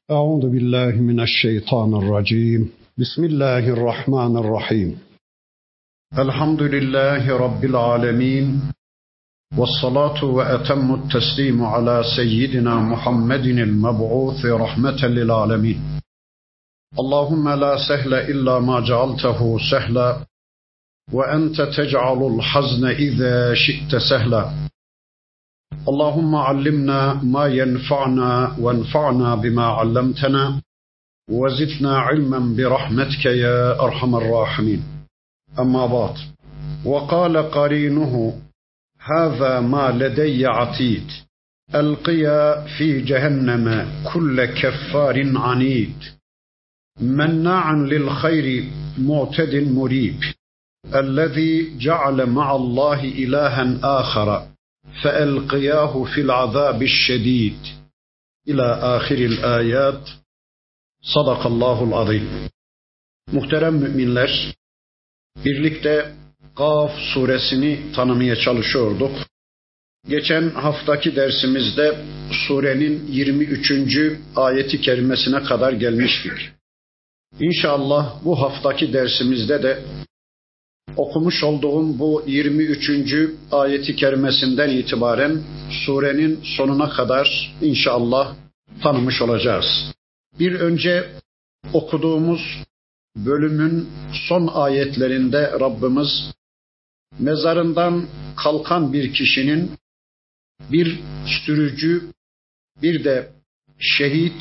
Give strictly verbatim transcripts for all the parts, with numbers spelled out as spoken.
Euzu billahi mineşşeytanirracim. Bismillahirrahmanirrahim. Elhamdülillahi Rabbil alemin. Vessalatu ve etemmut teslimu ala seyyidina Muhammedinil meb'ûthi rahmeten lil alemin. Allahümme la sehle illa ma cealtehu sehla ve ente tec'alul hazne izâ şi'te sehla. Allahümme allimna ma yenfa'na ve enfa'na bima allamtena ve zidna ilmen bi rahmetike ya erhamer rahimin. Amma ba'd. Ve kâle qarînuhu hâzâ mâ ledeyye atîd. Elqiya fi cehenneme kulle keffârin anîd. Mennâ'an lil hayri mu'tedin murîb. Ellezî ceale ma'allâhi ilâhen âkhara. فَأَلْقِيَاهُ فِي الْعَذَابِ الشَّدِيدِ İlâ âhiril âyât. Sadakallahul azîm. Muhterem müminler, birlikte Kaf suresini tanımaya çalışıyorduk. Geçen haftaki dersimizde surenin yirmi üçüncü ayeti kerimesine kadar gelmiştik. İnşallah bu haftaki dersimizde de okumuş olduğum bu yirmi üçüncü ayeti kerimesinden itibaren surenin sonuna kadar inşallah tanımış olacağız. Bir önce okuduğumuz bölümün son ayetlerinde Rabbimiz mezarından kalkan bir kişinin bir sürücü, bir de şehit,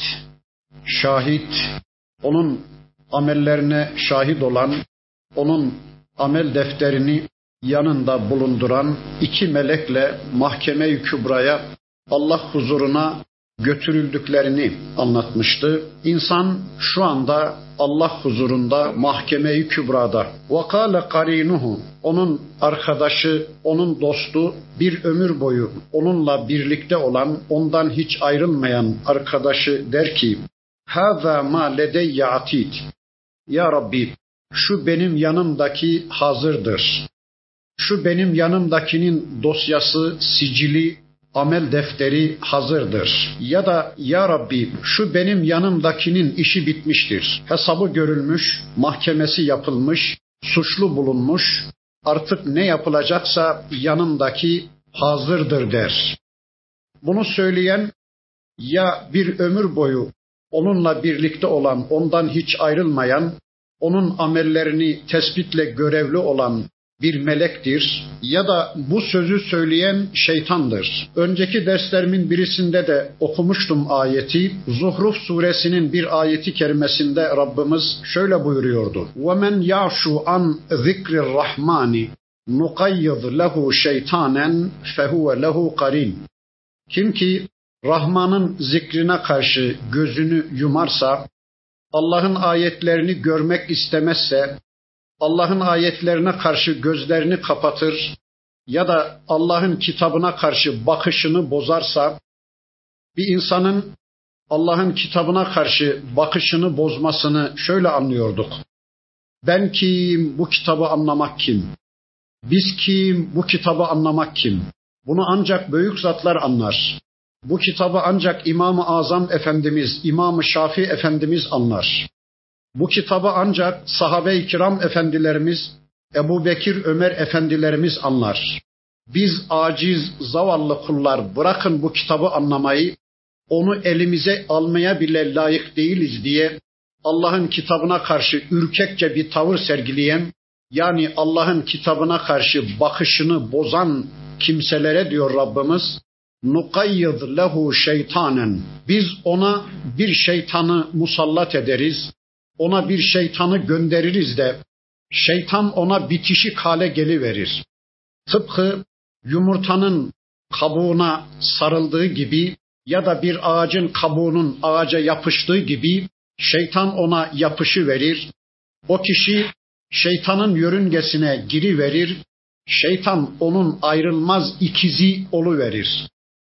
şahit, onun amellerine şahit olan, onun amel defterini yanında bulunduran iki melekle mahkeme-i kübraya, Allah huzuruna götürüldüklerini anlatmıştı. İnsan şu anda Allah huzurunda mahkeme-i kübrada. وَقَالَ قَرِينُهُ Onun arkadaşı, onun dostu, bir ömür boyu onunla birlikte olan, ondan hiç ayrılmayan arkadaşı der ki, هَذَا مَا لَدَيَّ عَتِيدٍ Ya Rabbi, şu benim yanımdaki hazırdır. Şu benim yanımdakinin dosyası, sicili, amel defteri hazırdır. Ya da ya Rabbi, şu benim yanımdakinin işi bitmiştir. Hesabı görülmüş, mahkemesi yapılmış, suçlu bulunmuş. Artık ne yapılacaksa yanımdaki hazırdır der. Bunu söyleyen ya bir ömür boyu onunla birlikte olan, ondan hiç ayrılmayan, onun amellerini tespitle görevli olan bir melektir ya da bu sözü söyleyen şeytandır. Önceki derslerimin birisinde de okumuştum ayeti. Zuhruf suresinin bir ayeti kerimesinde Rabbimiz şöyle buyuruyordu. وَمَنْ يَعْشُ عَنْ ذِكْرِ الرَّحْمَانِ نُقَيِّضْ لَهُ شَيْطَانًا فَهُوَ لَهُ قَرِينٌ Kim ki Rahman'ın zikrine karşı gözünü yumarsa, Allah'ın ayetlerini görmek istemezse, Allah'ın ayetlerine karşı gözlerini kapatır ya da Allah'ın kitabına karşı bakışını bozarsa, bir insanın Allah'ın kitabına karşı bakışını bozmasını şöyle anlıyorduk. Ben kim, bu kitabı anlamak kim? Biz kim, bu kitabı anlamak kim? Bunu ancak büyük zatlar anlar. Bu kitabı ancak İmam-ı Azam Efendimiz, İmam-ı Şafii Efendimiz anlar. Bu kitabı ancak sahabe-i kiram efendilerimiz, Ebu Bekir, Ömer efendilerimiz anlar. Biz aciz, zavallı kullar bırakın bu kitabı anlamayı, onu elimize almaya bile layık değiliz diye Allah'ın kitabına karşı ürkekçe bir tavır sergileyen, yani Allah'ın kitabına karşı bakışını bozan kimselere diyor Rabbimiz, nukayyid lehu şeytanen. Biz ona bir şeytanı musallat ederiz, ona bir şeytanı göndeririz de şeytan ona bitişik hale geliverir. Tıpkı yumurtanın kabuğuna sarıldığı gibi ya da bir ağacın kabuğunun ağaca yapıştığı gibi şeytan ona yapışıverir. O kişi şeytanın yörüngesine giriverir. Şeytan onun ayrılmaz ikizi oluverir.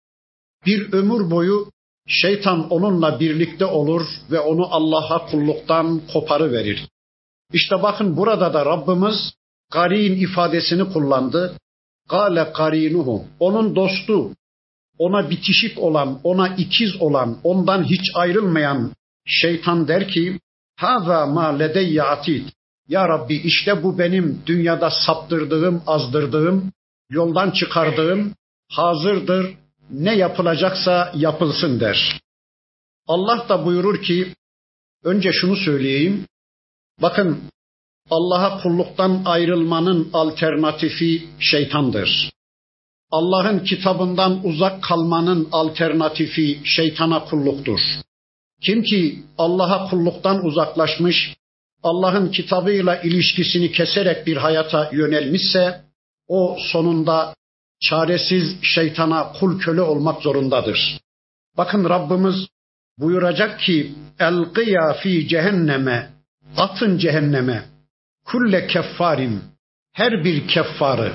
Bir ömür boyu şeytan onunla birlikte olur ve onu Allah'a kulluktan koparıverir. İşte bakın burada da Rabbimiz karin ifadesini kullandı. Kâle karinuhu. Onun dostu, ona bitişik olan, ona ikiz olan, ondan hiç ayrılmayan şeytan der ki, "Hâzâ mâ ledeyye atîd." Ya Rabbi, işte bu benim dünyada saptırdığım, azdırdığım, yoldan çıkardığım hazırdır. Ne yapılacaksa yapılsın der. Allah da buyurur ki, önce şunu söyleyeyim. Bakın, Allah'a kulluktan ayrılmanın alternatifi şeytandır. Allah'ın kitabından uzak kalmanın alternatifi şeytana kulluktur. Kim ki Allah'a kulluktan uzaklaşmış, Allah'ın kitabıyla ilişkisini keserek bir hayata yönelmişse, o sonunda çaresiz şeytana kul köle olmak zorundadır. Bakın Rabbimiz buyuracak ki, "Elqiya fi cehenneme", atın cehenneme, kulle keffarin, her bir keffarı.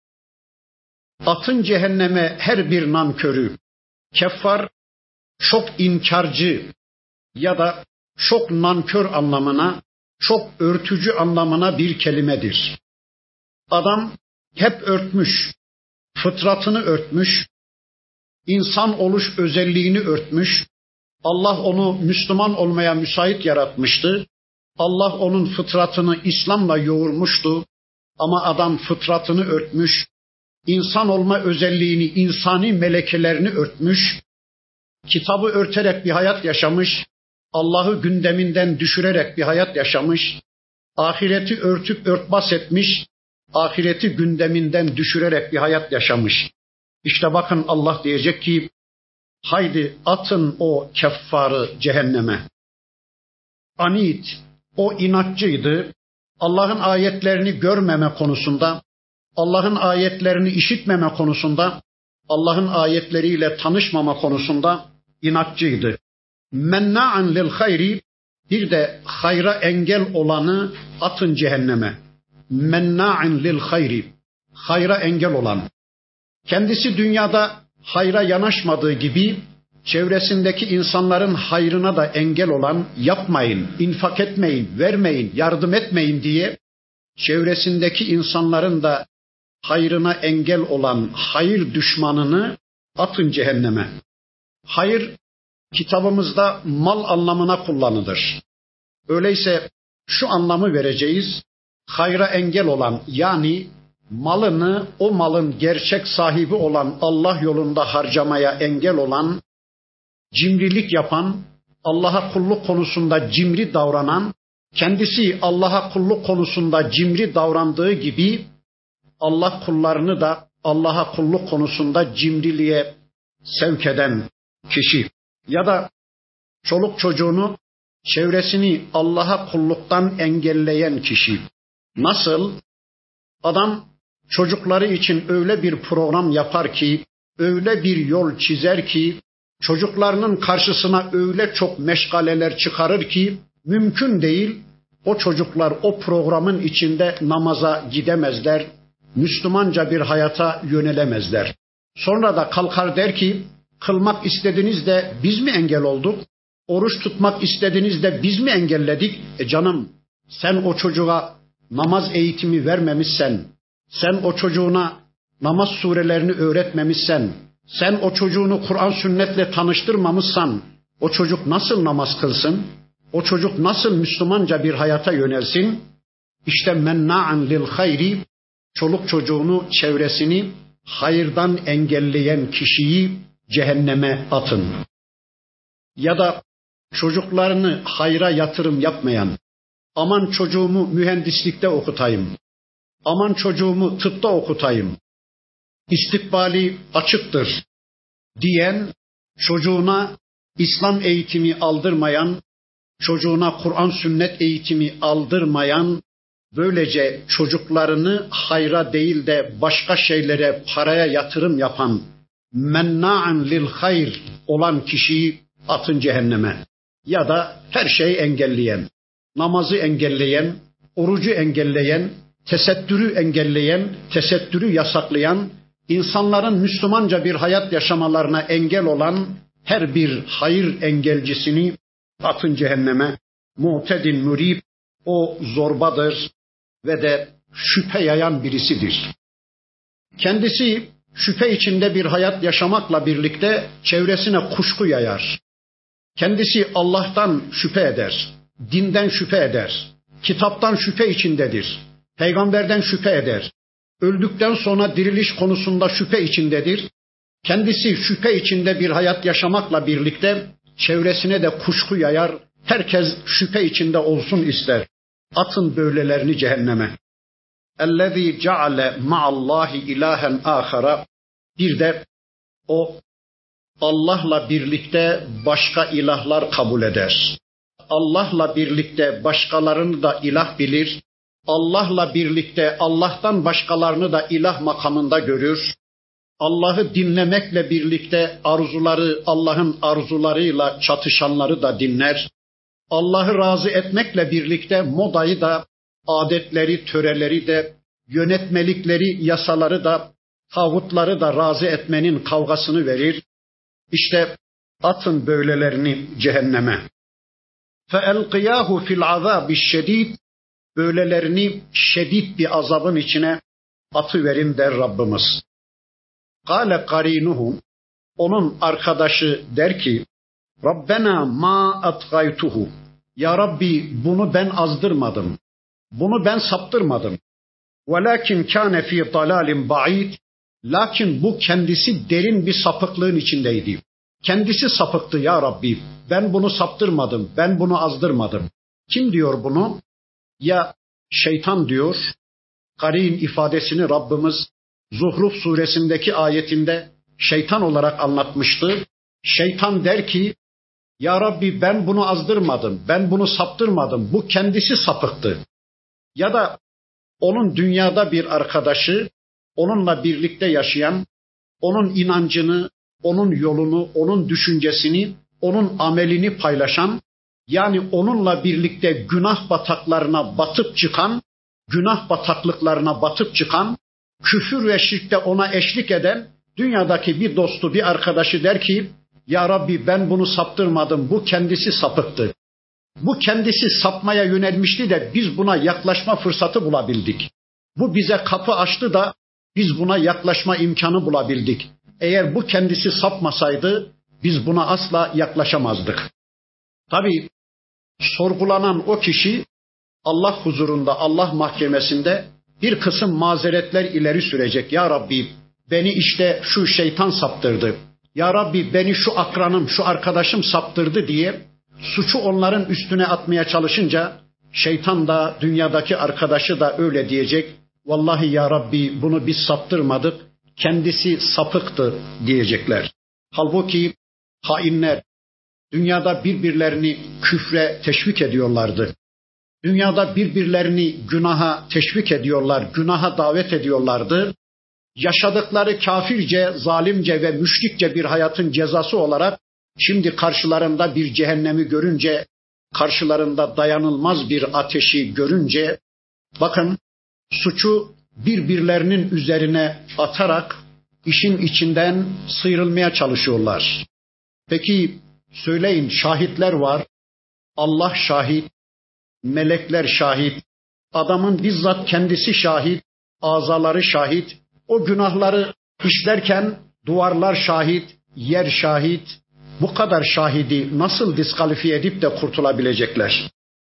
Atın cehenneme her bir nankörü. Keffar, çok inkarcı ya da çok nankör anlamına, çok örtücü anlamına bir kelimedir. Adam hep örtmüş, fıtratını örtmüş, insan oluş özelliğini örtmüş. Allah onu Müslüman olmaya müsait yaratmıştı. Allah onun fıtratını İslam'la yoğurmuştu. Ama adam fıtratını örtmüş, insan olma özelliğini, insani melekelerini örtmüş, kitabı örterek bir hayat yaşamış, Allah'ı gündeminden düşürerek bir hayat yaşamış, ahireti örtüp örtbas etmiş, ahireti gündeminden düşürerek bir hayat yaşamış. İşte bakın Allah diyecek ki, haydi atın o keffarı cehenneme. Anid, o inatçıydı. Allah'ın ayetlerini görmeme konusunda, Allah'ın ayetlerini işitmeme konusunda, Allah'ın ayetleriyle tanışmama konusunda inatçıydı. Menna'an lil hayri, bir de hayra engel olanı atın cehenneme. Menna'an lil hayri, hayra engel olan. Kendisi dünyada hayra yanaşmadığı gibi, çevresindeki insanların hayrına da engel olan, yapmayın, infak etmeyin, vermeyin, yardım etmeyin diye, çevresindeki insanların da hayrına engel olan hayır düşmanını atın cehenneme. Hayır, kitabımızda mal anlamına kullanılır. Öyleyse şu anlamı vereceğiz, hayra engel olan, yani malını o malın gerçek sahibi olan Allah yolunda harcamaya engel olan, cimrilik yapan, Allah'a kulluk konusunda cimri davranan, kendisi Allah'a kulluk konusunda cimri davrandığı gibi, Allah kullarını da Allah'a kulluk konusunda cimriliğe sevk eden kişi ya da çoluk çocuğunu, çevresini Allah'a kulluktan engelleyen kişi. Nasıl? Adam çocukları için öyle bir program yapar ki, öyle bir yol çizer ki, çocuklarının karşısına öyle çok meşgaleler çıkarır ki, mümkün değil, o çocuklar o programın içinde namaza gidemezler, Müslümanca bir hayata yönelemezler. Sonra da kalkar der ki, kılmak istediniz de biz mi engel olduk? Oruç tutmak istediniz de biz mi engelledik? E canım, sen o çocuğa namaz eğitimi vermemişsen, sen o çocuğuna namaz surelerini öğretmemişsen, sen o çocuğunu Kur'an sünnetle tanıştırmamışsan, o çocuk nasıl namaz kılsın? O çocuk nasıl Müslümanca bir hayata yönelsin? İşte menna'an lil hayri, çoluk çocuğunu, çevresini hayırdan engelleyen kişiyi cehenneme atın. Ya da çocuklarını hayra yatırım yapmayan, aman çocuğumu mühendislikte okutayım, aman çocuğumu tıpta okutayım, istikbali açıktır diyen, çocuğuna İslam eğitimi aldırmayan, çocuğuna Kur'an sünnet eğitimi aldırmayan, böylece çocuklarını hayra değil de başka şeylere, paraya yatırım yapan, menna'an lil hayr olan kişiyi atın cehenneme. Ya da her şeyi engelleyen, namazı engelleyen, orucu engelleyen, tesettürü engelleyen, tesettürü yasaklayan, insanların Müslümanca bir hayat yaşamalarına engel olan her bir hayır engelcisini atın cehenneme. Mu'tedin mürib, o zorbadır ve de şüphe yayan birisidir. Kendisi şüphe içinde bir hayat yaşamakla birlikte çevresine kuşku yayar. Kendisi Allah'tan şüphe eder, dinden şüphe eder, kitaptan şüphe içindedir, peygamberden şüphe eder, öldükten sonra diriliş konusunda şüphe içindedir. Kendisi şüphe içinde bir hayat yaşamakla birlikte çevresine de kuşku yayar, herkes şüphe içinde olsun ister. Atın böylelerini cehenneme. اَلَّذ۪ي جَعَلَ مَعَ اللّٰهِ اِلٰهًا آخَرَ. Bir de o Allah'la birlikte başka ilahlar kabul eder. Allah'la birlikte başkalarını da ilah bilir. Allah'la birlikte Allah'tan başkalarını da ilah makamında görür. Allah'ı dinlemekle birlikte arzuları Allah'ın arzularıyla çatışanları da dinler. Allah'ı razı etmekle birlikte modayı da, adetleri, töreleri de, yönetmelikleri, yasaları da, tağutları da razı etmenin kavgasını verir. İşte atın böylelerini cehenneme. فَاَلْقِيَاهُ فِي الْعَذَابِ الشَّد۪يدِ. Böylelerini şedid bir azabın içine atıverin der Rabbimiz. قَالَ قَر۪ينُهُ. Onun arkadaşı der ki, Rabbena ma atgaytuhu. Ya Rabbi bunu ben azdırmadım. Bunu ben saptırmadım. Velakin kâne fî dalâlin ba'id. Lakin bu kendisi derin bir sapıklığın içindeydi. Kendisi sapıktı ya Rabbi. Ben bunu saptırmadım. Ben bunu azdırmadım. Kim diyor bunu? Ya şeytan diyor. Karin ifadesini Rabbimiz Zuhruf suresindeki ayetinde şeytan olarak anlatmıştı. Şeytan der ki, ya Rabbi ben bunu azdırmadım, ben bunu saptırmadım, bu kendisi sapıktı. Ya da onun dünyada bir arkadaşı, onunla birlikte yaşayan, onun inancını, onun yolunu, onun düşüncesini, onun amelini paylaşan, yani onunla birlikte günah bataklarına batıp çıkan, günah bataklıklarına batıp çıkan, küfür ve şirkte ona eşlik eden dünyadaki bir dostu, bir arkadaşı der ki, ya Rabbi ben bunu saptırmadım, bu kendisi sapıktı. Bu kendisi sapmaya yönelmişti de biz buna yaklaşma fırsatı bulabildik. Bu bize kapı açtı da biz buna yaklaşma imkanı bulabildik. Eğer bu kendisi sapmasaydı biz buna asla yaklaşamazdık. Tabii sorgulanan o kişi Allah huzurunda, Allah mahkemesinde bir kısım mazeretler ileri sürecek. Ya Rabbi beni işte şu şeytan saptırdı. Ya Rabbi beni şu akranım, şu arkadaşım saptırdı diye suçu onların üstüne atmaya çalışınca şeytan da dünyadaki arkadaşı da öyle diyecek. Vallahi ya Rabbi bunu biz saptırmadık, kendisi sapıktı diyecekler. Halbuki hainler dünyada birbirlerini küfre teşvik ediyorlardı. Dünyada birbirlerini günaha teşvik ediyorlar, günaha davet ediyorlardı. Yaşadıkları kafirce, zalimce ve müşrikçe bir hayatın cezası olarak şimdi karşılarında bir cehennemi görünce, karşılarında dayanılmaz bir ateşi görünce, bakın suçu birbirlerinin üzerine atarak işin içinden sıyrılmaya çalışıyorlar. Peki söyleyin, şahitler var, Allah şahit, melekler şahit, adamın bizzat kendisi şahit, azaları şahit, o günahları işlerken duvarlar şahit, yer şahit, bu kadar şahidi nasıl diskalifiye edip de kurtulabilecekler?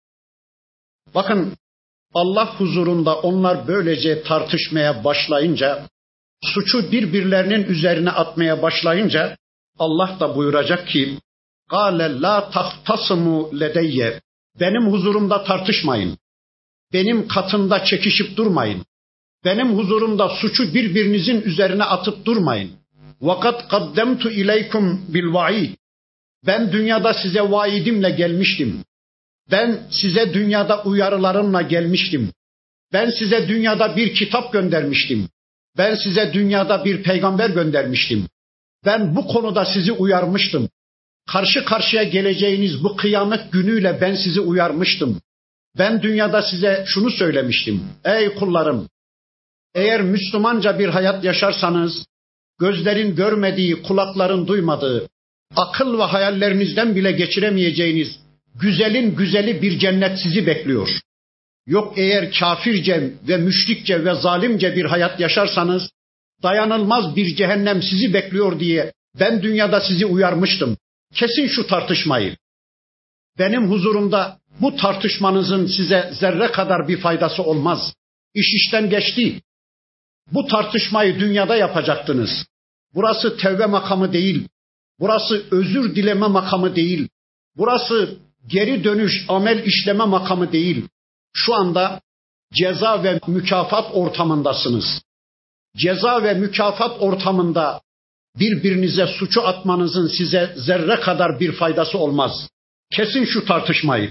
Bakın Allah huzurunda onlar böylece tartışmaya başlayınca, suçu birbirlerinin üzerine atmaya başlayınca Allah da buyuracak ki, قَالَ لَا تَخْتَصِمُوا لَدَيَّ. Benim huzurumda tartışmayın. Benim katımda çekişip durmayın. Benim huzurumda suçu birbirinizin üzerine atıp durmayın. وَقَدْ قَدَّمْتُ اِلَيْكُمْ بِالْوَعِيدِ. Ben dünyada size vaidimle gelmiştim. Ben size dünyada uyarılarımla gelmiştim. Ben size dünyada bir kitap göndermiştim. Ben size dünyada bir peygamber göndermiştim. Ben bu konuda sizi uyarmıştım. Karşı karşıya geleceğiniz bu kıyamet günüyle ben sizi uyarmıştım. Ben dünyada size şunu söylemiştim. Ey kullarım! Eğer Müslümanca bir hayat yaşarsanız, gözlerin görmediği, kulakların duymadığı, akıl ve hayallerinizden bile geçiremeyeceğiniz güzelin güzeli bir cennet sizi bekliyor. Yok eğer kafirce ve müşrikçe ve zalimce bir hayat yaşarsanız, dayanılmaz bir cehennem sizi bekliyor diye ben dünyada sizi uyarmıştım. Kesin şu tartışmayı. Benim huzurumda bu tartışmanızın size zerre kadar bir faydası olmaz. İş işten geçti. Bu tartışmayı dünyada yapacaktınız. Burası tevbe makamı değil. Burası özür dileme makamı değil. Burası geri dönüş, amel işleme makamı değil. Şu anda ceza ve mükafat ortamındasınız. Ceza ve mükafat ortamında birbirinize suçu atmanızın size zerre kadar bir faydası olmaz. Kesin şu tartışmayı.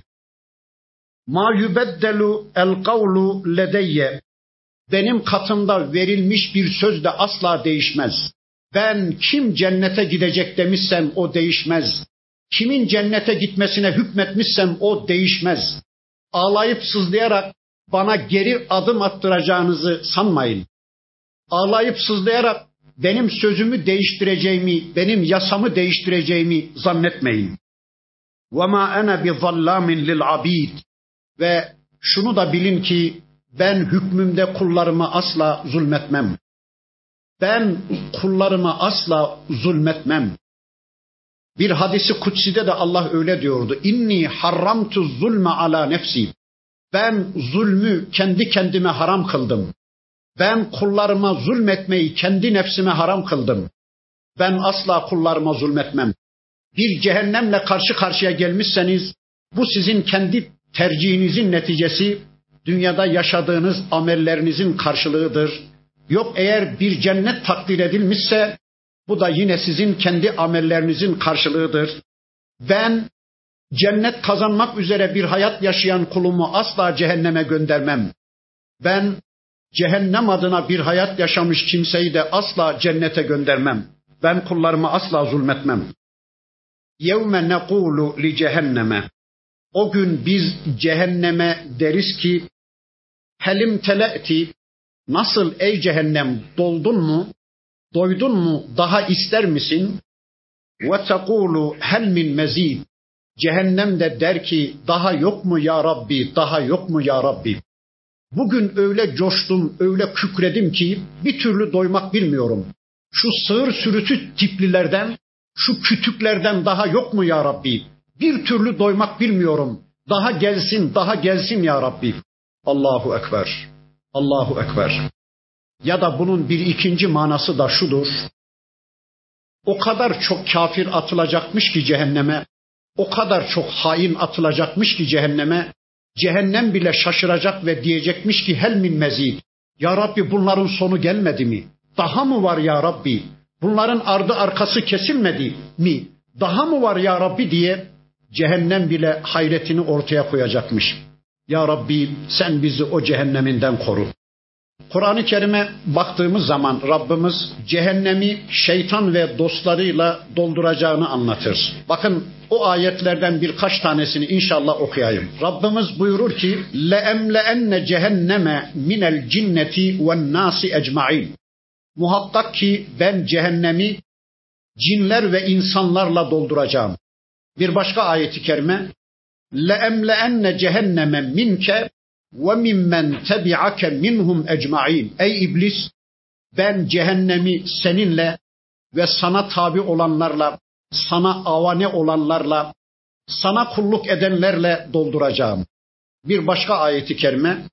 Ma yubeddelu el kavlu ledeyye. Benim katımda verilmiş bir söz de asla değişmez. Ben kim cennete gidecek demişsem o değişmez. Kimin cennete gitmesine hükmetmişsem o değişmez. Ağlayıp sızlayarak bana geri adım attıracağınızı sanmayın. Ağlayıp sızlayarak benim sözümü değiştireceğimi, benim yasamı değiştireceğimi zannetmeyin. وَمَا أَنَا بِظَلَّامٍ لِلْعَبِيدِ. Ve şunu da bilin ki ben hükmümde kullarıma asla zulmetmem. Ben kullarıma asla zulmetmem. Bir hadisi kutside de Allah öyle diyordu. İnni harramtu zulme ala nefsi. Ben zulmü kendi kendime haram kıldım. Ben kullarıma zulmetmeyi kendi nefsime haram kıldım. Ben asla kullarıma zulmetmem. Bir cehennemle karşı karşıya gelmişseniz bu sizin kendi tercihinizin neticesi, dünyada yaşadığınız amellerinizin karşılığıdır. Yok eğer bir cennet takdir edilmişse bu da yine sizin kendi amellerinizin karşılığıdır. Ben cennet kazanmak üzere bir hayat yaşayan kulumu asla cehenneme göndermem. Ben cehennem adına bir hayat yaşamış kimseyi de asla cennete göndermem. Ben kullarıma asla zulmetmem. Yevme nekulu li cehenneme. O gün biz cehenneme deriz ki helim tele'ti. Nasıl ey cehennem, doldun mu? Doydun mu? Daha ister misin? Ve tekulu hel min mezid. Cehennem de der ki daha yok mu ya Rabbi? Daha yok mu ya Rabbi? Bugün öyle coştum, öyle kükredim ki bir türlü doymak bilmiyorum. Şu sığır sürüsü tiplilerden, şu kütüklerden daha yok mu ya Rabbi? Bir türlü doymak bilmiyorum. Daha gelsin, daha gelsin ya Rabbi. Allahu Ekber. Allahu Ekber. Ya da bunun bir ikinci manası da şudur. O kadar çok kafir atılacakmış ki cehenneme, o kadar çok hain atılacakmış ki cehenneme, cehennem bile şaşıracak ve diyecekmiş ki hel min mezid. Ya Rabbi bunların sonu gelmedi mi? Daha mı var ya Rabbi? Bunların ardı arkası kesilmedi mi? Daha mı var ya Rabbi diye cehennem bile hayretini ortaya koyacakmış. Ya Rabbi sen bizi o cehenneminden koru. Kur'an-ı Kerim'e baktığımız zaman Rabbimiz cehennemi şeytan ve dostlarıyla dolduracağını anlatır. Bakın o ayetlerden birkaç tanesini inşallah okuyayım. Rabbimiz buyurur ki لَاَمْلَاَنَّ cehenneme minel cinneti ve nasi ecmaîn. Muhakkak ki ben cehennemi cinler ve insanlarla dolduracağım. Bir başka ayeti kerime لَاَمْلَاَنَّ cehenneme minke ve mimmen tebi'ake minhum ecmaîn. Ey iblis, ben cehennemi seninle ve sana tabi olanlarla, sana avane olanlarla, sana kulluk edenlerle dolduracağım. Bir başka ayeti kerime,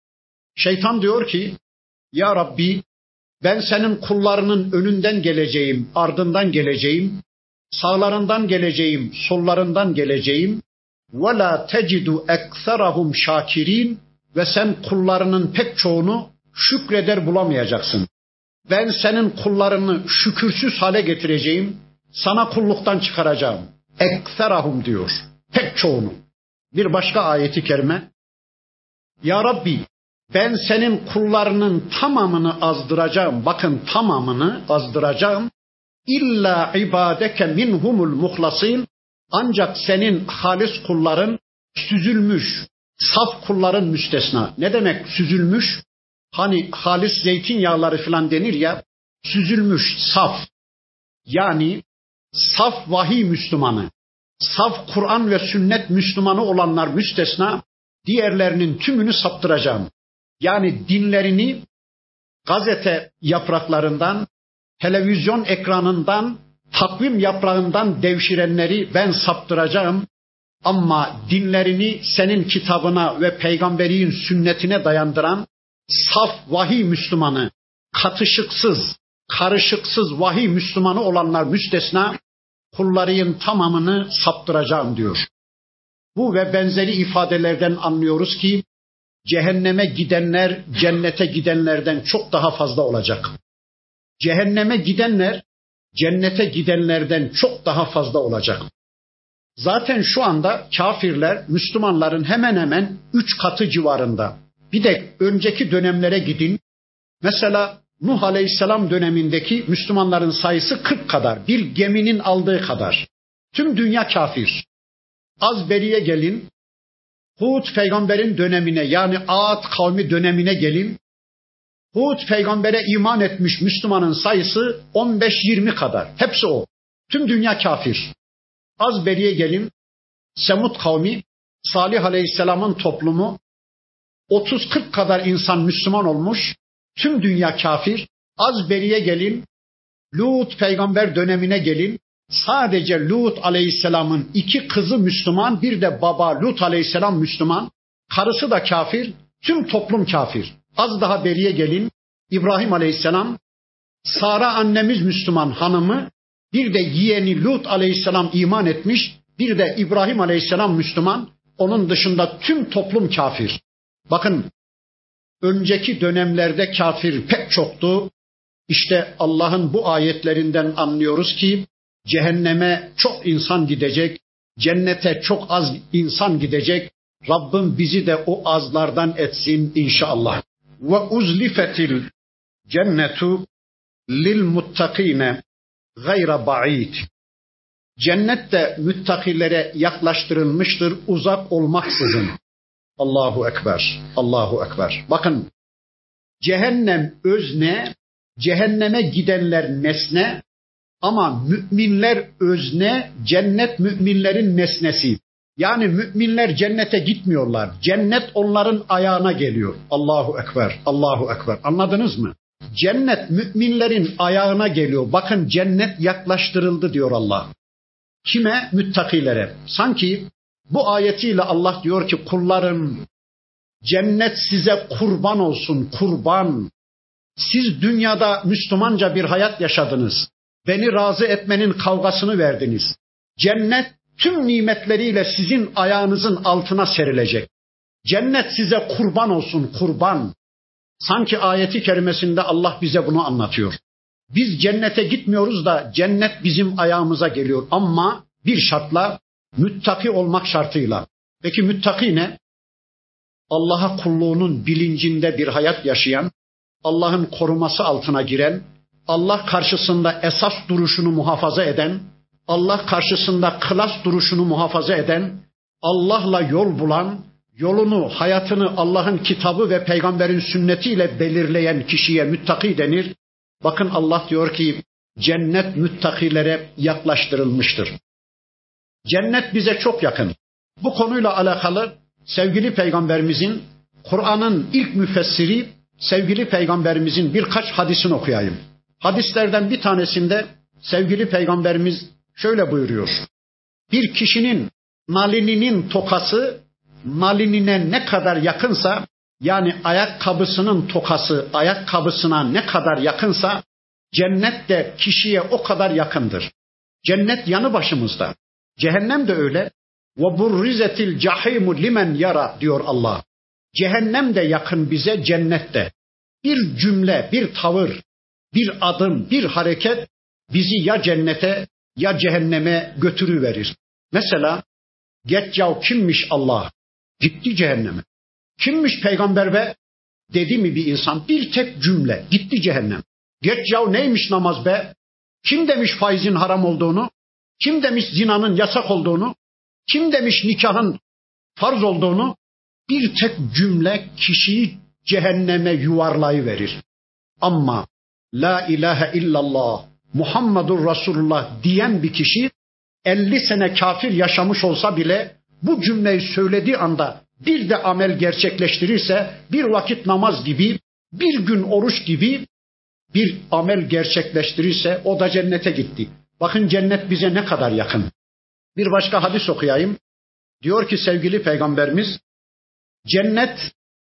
şeytan diyor ki, ya Rabbi, ben senin kullarının önünden geleceğim, ardından geleceğim, sağlarından geleceğim, sollarından geleceğim. وَلَا تَجِدُ اَكْثَرَهُمْ شَاكِرِينَ. Ve sen kullarının pek çoğunu şükreder bulamayacaksın. Ben senin kullarını şükürsüz hale getireceğim, sana kulluktan çıkaracağım. Ekserahum diyor, pek çoğunu. Bir başka ayeti kerime, ya Rabbi ben senin kullarının tamamını azdıracağım, bakın tamamını azdıracağım. İlla ibadeke minhumul muhlasin. Ancak senin halis kulların süzülmüş, saf kulların müstesna. Ne demek süzülmüş? Hani halis zeytinyağları falan denir ya, süzülmüş, saf. Yani saf vahiy Müslümanı, saf Kur'an ve sünnet Müslümanı olanlar müstesna, diğerlerinin tümünü saptıracağım. Yani dinlerini gazete yapraklarından, televizyon ekranından, takvim yaprağından devşirenleri ben saptıracağım ama dinlerini senin kitabına ve peygamberin sünnetine dayandıran saf vahiy Müslümanı, katışıksız, karışıksız vahiy Müslümanı olanlar müstesna, kullarının tamamını saptıracağım diyor. Bu ve benzeri ifadelerden anlıyoruz ki cehenneme gidenler cennete gidenlerden çok daha fazla olacak. Cehenneme gidenler cennete gidenlerden çok daha fazla olacak. Zaten şu anda kafirler Müslümanların hemen hemen üç katı civarında. Bir de önceki dönemlere gidin. Mesela Nuh Aleyhisselam dönemindeki Müslümanların sayısı kırk kadar. Bir geminin aldığı kadar. Tüm dünya kafir. Az beriye gelin. Hud peygamberin dönemine yani Ad kavmi dönemine gelin. Hud peygambere iman etmiş Müslümanın sayısı on beş yirmi kadar. Hepsi o. Tüm dünya kafir. Az beriye gelin. Semud kavmi, Salih Aleyhisselam'ın toplumu otuz kırk kadar insan Müslüman olmuş. Tüm dünya kafir. Az beriye gelin. Lut peygamber dönemine gelin. Sadece Lut Aleyhisselam'ın iki kızı Müslüman, bir de baba Lut Aleyhisselam Müslüman. Karısı da kafir. Tüm toplum kafir. Az daha beriye gelin. İbrahim Aleyhisselam, Sara annemiz Müslüman hanımı, bir de yeğeni Lut Aleyhisselam iman etmiş, bir de İbrahim Aleyhisselam Müslüman. Onun dışında tüm toplum kafir. Bakın, önceki dönemlerde kafir pek çoktu. İşte Allah'ın bu ayetlerinden anlıyoruz ki cehenneme çok insan gidecek, cennete çok az insan gidecek. Rabbim bizi de o azlardan etsin inşallah. Ve uzlifetil cennetu lil muttakine gayra ba'id. Cennet de müttakilere yaklaştırılmıştır uzak olmaksızın. Allahu Ekber, Allahu Ekber. Bakın, cehennem özne, cehenneme gidenler nesne ama müminler özne, cennet müminlerin nesnesi. Yani müminler cennete gitmiyorlar. Cennet onların ayağına geliyor. Allahu Ekber, Allahu Ekber. Anladınız mı? Cennet müminlerin ayağına geliyor. Bakın cennet yaklaştırıldı diyor Allah. Kime? Müttakilere. Sanki bu ayetiyle Allah diyor ki kullarım, cennet size kurban olsun, kurban. Siz dünyada Müslümanca bir hayat yaşadınız. Beni razı etmenin kavgasını verdiniz. Cennet tüm nimetleriyle sizin ayağınızın altına serilecek. Cennet size kurban olsun, kurban. Sanki ayeti kerimesinde Allah bize bunu anlatıyor. Biz cennete gitmiyoruz da cennet bizim ayağımıza geliyor. Ama bir şartla, müttaki olmak şartıyla. Peki müttaki ne? Allah'a kulluğunun bilincinde bir hayat yaşayan, Allah'ın koruması altına giren, Allah karşısında esas duruşunu muhafaza eden, Allah karşısında klas duruşunu muhafaza eden, Allah'la yol bulan, yolunu, hayatını Allah'ın kitabı ve peygamberin sünnetiyle belirleyen kişiye müttaki denir. Bakın Allah diyor ki cennet müttakilere yaklaştırılmıştır. Cennet bize çok yakın. Bu konuyla alakalı sevgili peygamberimizin, Kur'an'ın ilk müfessiri sevgili peygamberimizin birkaç hadisini okuyayım. Hadislerden bir tanesinde sevgili peygamberimiz şöyle buyuruyor. Bir kişinin nalininin tokası nalinine ne kadar yakınsa, yani ayakkabısının tokası ayakkabısına ne kadar yakınsa cennet de kişiye o kadar yakındır. Cennet yanı başımızda. Cehennem de öyle. وَبُرِّزَتِ الْجَحِيمُ لِمَنْ yara diyor Allah. Cehennem de yakın bize, cennet de. Bir cümle, bir tavır, bir adım, bir hareket bizi ya cennete ya cehenneme götürüverir. Mesela geç yav kimmiş Allah? Gitti cehenneme. Kimmiş peygamber be? Dedi mi bir insan? Bir tek cümle. Gitti cehennem. Geç yav neymiş namaz be? Kim demiş faizin haram olduğunu? Kim demiş zinanın yasak olduğunu? Kim demiş nikahın farz olduğunu? Bir tek cümle kişiyi cehenneme yuvarlayıverir. Ama la ilahe illallah Muhammedur Resulullah diyen bir kişi elli sene kafir yaşamış olsa bile bu cümleyi söylediği anda bir de amel gerçekleştirirse, bir vakit namaz gibi, bir gün oruç gibi bir amel gerçekleştirirse o da cennete gitti. Bakın cennet bize ne kadar yakın. Bir başka hadis okuyayım. Diyor ki sevgili Peygamberimiz, cennet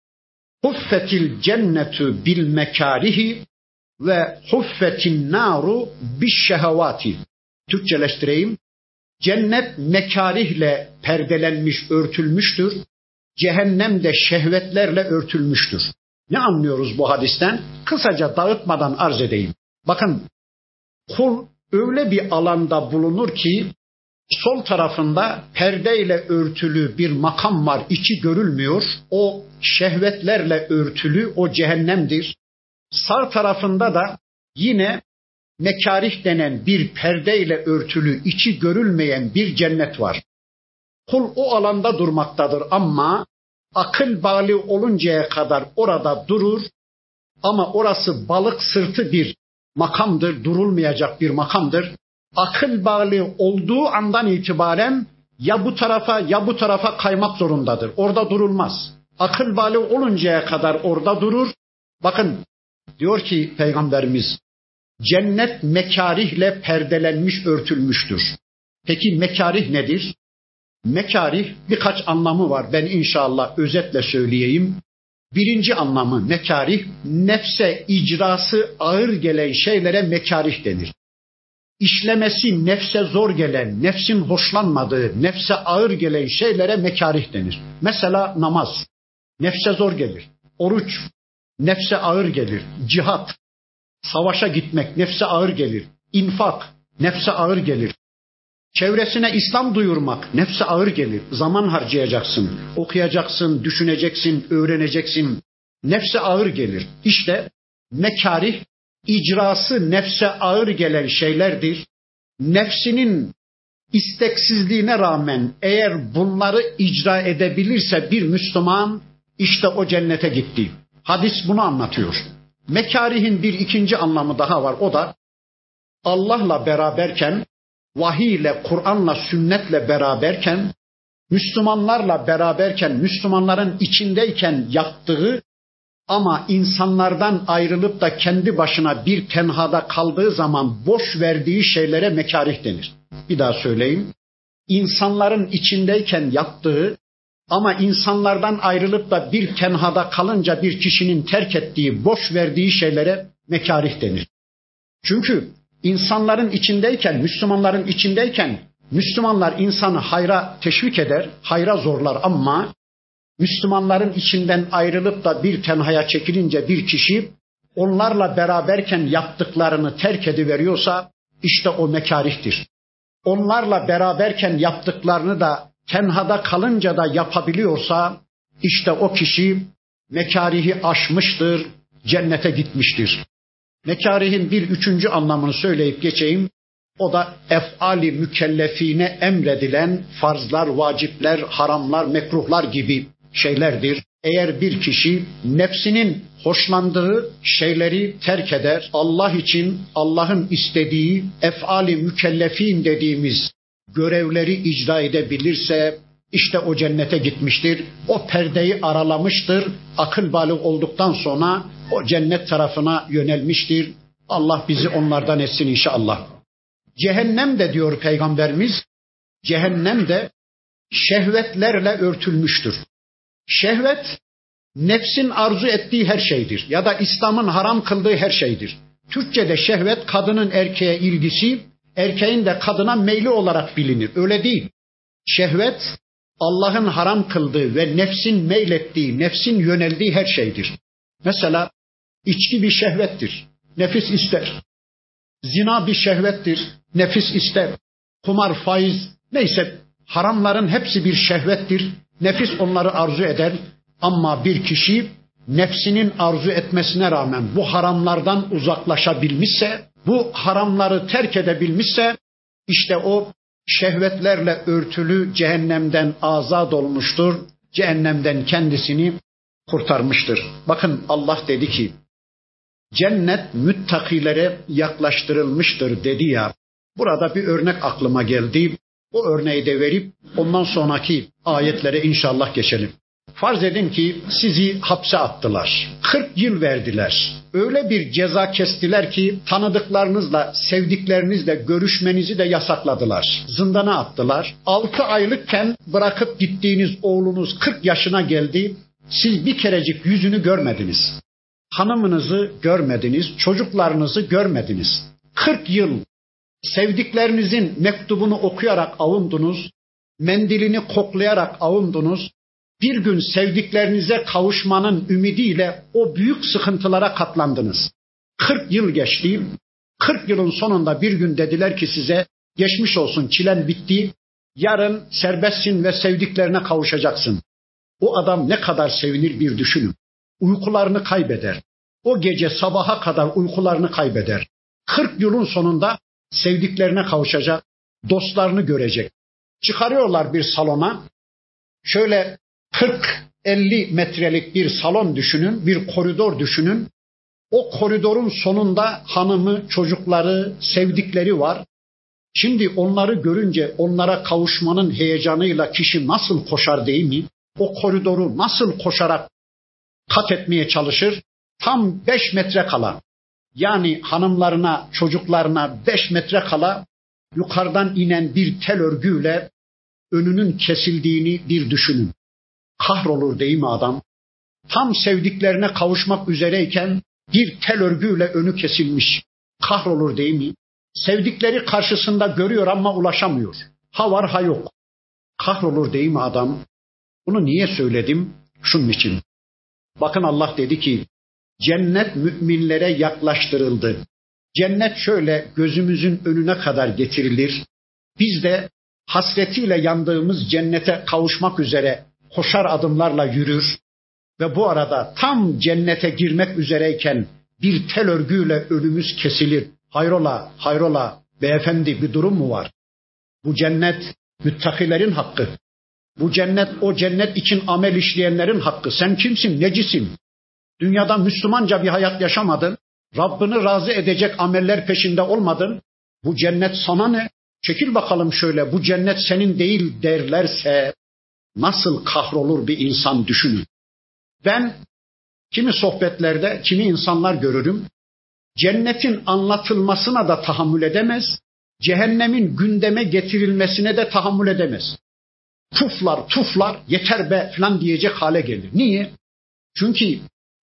huffetil cennetu bil mekarihi ve huffetin naru bis şehevati. Türkçeleştireyim. Cennet mekarihle perdelenmiş, örtülmüştür. Cehennem de şehvetlerle örtülmüştür. Ne anlıyoruz bu hadisten? Kısaca dağıtmadan arz edeyim. Bakın, kul öyle bir alanda bulunur ki sol tarafında perdeyle örtülü bir makam var, içi görülmüyor. O şehvetlerle örtülü, o cehennemdir. Sağ tarafında da yine mekarih denen bir perdeyle örtülü, içi görülmeyen bir cennet var. Kul o alanda durmaktadır ama akıl bali oluncaya kadar orada durur. Ama orası balık sırtı bir makamdır, durulmayacak bir makamdır. Akıl bali olduğu andan itibaren ya bu tarafa ya bu tarafa kaymak zorundadır. Orada durulmaz. Akıl bali oluncaya kadar orada durur. Bakın diyor ki Peygamberimiz, cennet mekarihle perdelenmiş, örtülmüştür. Peki mekarih nedir? Mekarih birkaç anlamı var. Ben inşallah özetle söyleyeyim. Birinci anlamı mekarih, nefse icrası ağır gelen şeylere mekarih denir. İşlemesi nefse zor gelen, nefsin hoşlanmadığı, nefse ağır gelen şeylere mekarih denir. Mesela namaz, nefse zor gelir. Oruç, nefse ağır gelir. Cihat, savaşa gitmek nefse ağır gelir. İnfak, nefse ağır gelir. Çevresine İslam duyurmak nefse ağır gelir. Zaman harcayacaksın, okuyacaksın, düşüneceksin, öğreneceksin. Nefse ağır gelir. İşte mekarih, icrası nefse ağır gelen şeylerdir. Nefsinin isteksizliğine rağmen eğer bunları icra edebilirse bir Müslüman, işte o cennete gitti. Hadis bunu anlatıyor. Mekarihin bir ikinci anlamı daha var. O da Allah'la beraberken, vahiy ile, Kur'an'la, sünnetle beraberken, Müslümanlarla beraberken, Müslümanların içindeyken yaptığı ama insanlardan ayrılıp da kendi başına bir tenhada kaldığı zaman boş verdiği şeylere mekarih denir. Bir daha söyleyeyim. İnsanların içindeyken yaptığı ama insanlardan ayrılıp da bir tenhada kalınca bir kişinin terk ettiği, boş verdiği şeylere mekarih denir. Çünkü insanların içindeyken, Müslümanların içindeyken Müslümanlar insanı hayra teşvik eder, hayra zorlar ama Müslümanların içinden ayrılıp da bir tenhaya çekilince bir kişi onlarla beraberken yaptıklarını terk ediveriyorsa işte o mekarihtir. Onlarla beraberken yaptıklarını da tenhada kalınca da yapabiliyorsa işte o kişi mekarihi aşmıştır, cennete gitmiştir. Mekarihin bir üçüncü anlamını söyleyip geçeyim. O da ef'ali mükellefine emredilen farzlar, vacipler, haramlar, mekruhlar gibi şeylerdir. Eğer bir kişi nefsinin hoşlandığı şeyleri terk eder, Allah için Allah'ın istediği ef'ali mükellefin dediğimiz görevleri icra edebilirse işte o cennete gitmiştir. O perdeyi aralamıştır. Akıl balığı olduktan sonra o cennet tarafına yönelmiştir. Allah bizi onlardan etsin inşallah. Cehennem de diyor Peygamberimiz, cehennem de şehvetlerle örtülmüştür. Şehvet, nefsin arzu ettiği her şeydir ya da İslam'ın haram kıldığı her şeydir. Türkçe'de şehvet kadının erkeğe ilgisi, erkeğin de kadına meyli olarak bilinir. Öyle değil. Şehvet, Allah'ın haram kıldığı ve nefsin meylettiği, nefsin yöneldiği her şeydir. Mesela içki bir şehvettir, nefis ister. Zina bir şehvettir, nefis ister. Kumar, faiz, neyse haramların hepsi bir şehvettir. Nefis onları arzu eder ama bir kişi nefsinin arzu etmesine rağmen bu haramlardan uzaklaşabilmişse, bu haramları terk edebilmişse işte o şehvetlerle örtülü cehennemden azad olmuştur. Cehennemden kendisini kurtarmıştır. Bakın Allah dedi ki cennet müttakilere yaklaştırılmıştır dedi ya. Burada bir örnek aklıma geldi. O örneği de verip ondan sonraki ayetlere inşallah geçelim. Farz edin ki sizi hapse attılar. kırk yıl verdiler. Öyle bir ceza kestiler ki tanıdıklarınızla, sevdiklerinizle görüşmenizi de yasakladılar. Zindana attılar. altı aylıkken bırakıp gittiğiniz oğlunuz kırk yaşına geldi. Siz bir kerecik yüzünü görmediniz. Hanımınızı görmediniz, çocuklarınızı görmediniz. kırk yıl sevdiklerinizin mektubunu okuyarak avundunuz, mendilini koklayarak avundunuz. Bir gün sevdiklerinize kavuşmanın ümidiyle o büyük sıkıntılara katlandınız. kırk yıl geçti. kırk yılın sonunda bir gün dediler ki size, geçmiş olsun, çilen bitti. Yarın serbestsin ve sevdiklerine kavuşacaksın. O adam ne kadar sevinir bir düşünün. Uykularını kaybeder. O gece sabaha kadar uykularını kaybeder. kırk yılın sonunda sevdiklerine kavuşacak, dostlarını görecek. Çıkarıyorlar bir salona. Şöyle kırk elli metrelik bir salon düşünün, bir koridor düşünün. O koridorun sonunda hanımı, çocukları, sevdikleri var. Şimdi onları görünce onlara kavuşmanın heyecanıyla kişi nasıl koşar değil mi? O koridoru nasıl koşarak kat etmeye çalışır? Tam beş metre kala, yani hanımlarına, çocuklarına beş metre kala yukarıdan inen bir tel örgüyle önünün kesildiğini bir düşünün. Kahrolur değil mi adam? Tam sevdiklerine kavuşmak üzereyken bir tel örgüyle önü kesilmiş. Kahrolur değil mi? Sevdikleri karşısında görüyor ama ulaşamıyor. Ha var ha yok. Kahrolur değil mi adam? Bunu niye söyledim? Şunun için. Bakın Allah dedi ki, cennet müminlere yaklaştırıldı. Cennet şöyle gözümüzün önüne kadar getirilir. Biz de hasretiyle yandığımız cennete kavuşmak üzere koşar adımlarla yürür ve bu arada tam cennete girmek üzereyken bir tel örgüyle önümüz kesilir. Hayrola, hayrola, beyefendi bir durum mu var? Bu cennet müttakilerin hakkı. Bu cennet o cennet için amel işleyenlerin hakkı. Sen kimsin, necisin? Dünyada Müslümanca bir hayat yaşamadın. Rabbini razı edecek ameller peşinde olmadın. Bu cennet sana ne? Çekil bakalım şöyle, bu cennet senin değil derlerse nasıl kahrolur bir insan düşünün. Ben kimi sohbetlerde, kimi insanlar görürüm. Cennetin anlatılmasına da tahammül edemez. Cehennemin gündeme getirilmesine de tahammül edemez. Tuflar, tuflar, yeter be falan diyecek hale gelir. Niye? Çünkü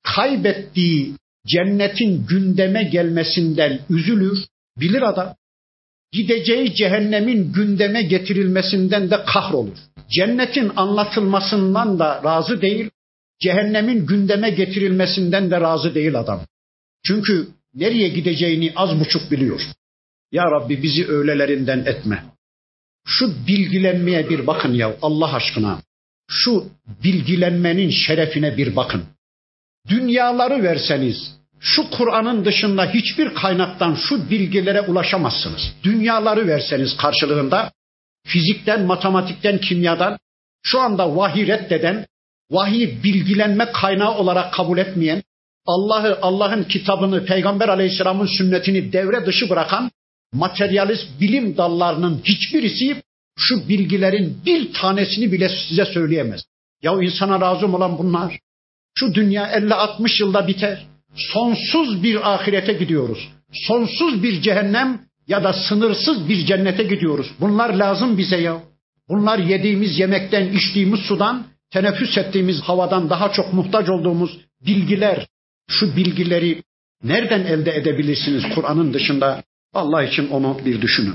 kaybettiği cennetin gündeme gelmesinden üzülür, bilir adam. Gideceği cehennemin gündeme getirilmesinden de kahrolur. Cennetin anlatılmasından da razı değil, cehennemin gündeme getirilmesinden de razı değil adam. Çünkü nereye gideceğini az buçuk biliyor. Ya Rabbi bizi öylelerinden etme. Şu bilgilenmeye bir bakın ya Allah aşkına. Şu bilgilenmenin şerefine bir bakın. Dünyaları verseniz, şu Kur'an'ın dışında hiçbir kaynaktan şu bilgilere ulaşamazsınız. Dünyaları verseniz karşılığında, fizikten, matematikten, kimyadan, şu anda vahiy reddeden, vahiy bilgilenme kaynağı olarak kabul etmeyen, Allah'ı, Allah'ın kitabını, Peygamber Aleyhisselam'ın sünnetini devre dışı bırakan materyalist bilim dallarının hiçbirisi şu bilgilerin bir tanesini bile size söyleyemez. Ya insana lazım olan bunlar. Şu dünya elli altmış yılda biter. Sonsuz bir ahirete gidiyoruz. Sonsuz bir cehennem ya da sınırsız bir cennete gidiyoruz. Bunlar lazım bize ya. Bunlar yediğimiz yemekten, içtiğimiz sudan, teneffüs ettiğimiz havadan daha çok muhtaç olduğumuz bilgiler. Şu bilgileri nereden elde edebilirsiniz Kur'an'ın dışında? Allah için onu bir düşünün.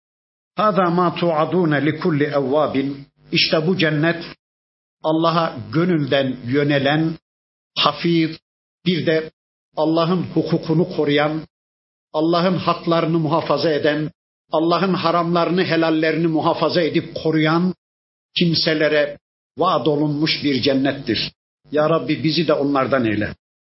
Hâzâ mâ tu'adûne likulli evvâbin. İşte bu cennet Allah'a gönülden yönelen, hafiz, bir de Allah'ın hukukunu koruyan, Allah'ın haklarını muhafaza eden, Allah'ın haramlarını, helallerini muhafaza edip koruyan kimselere vaad olunmuş bir cennettir. Ya Rabbi bizi de onlardan eyle.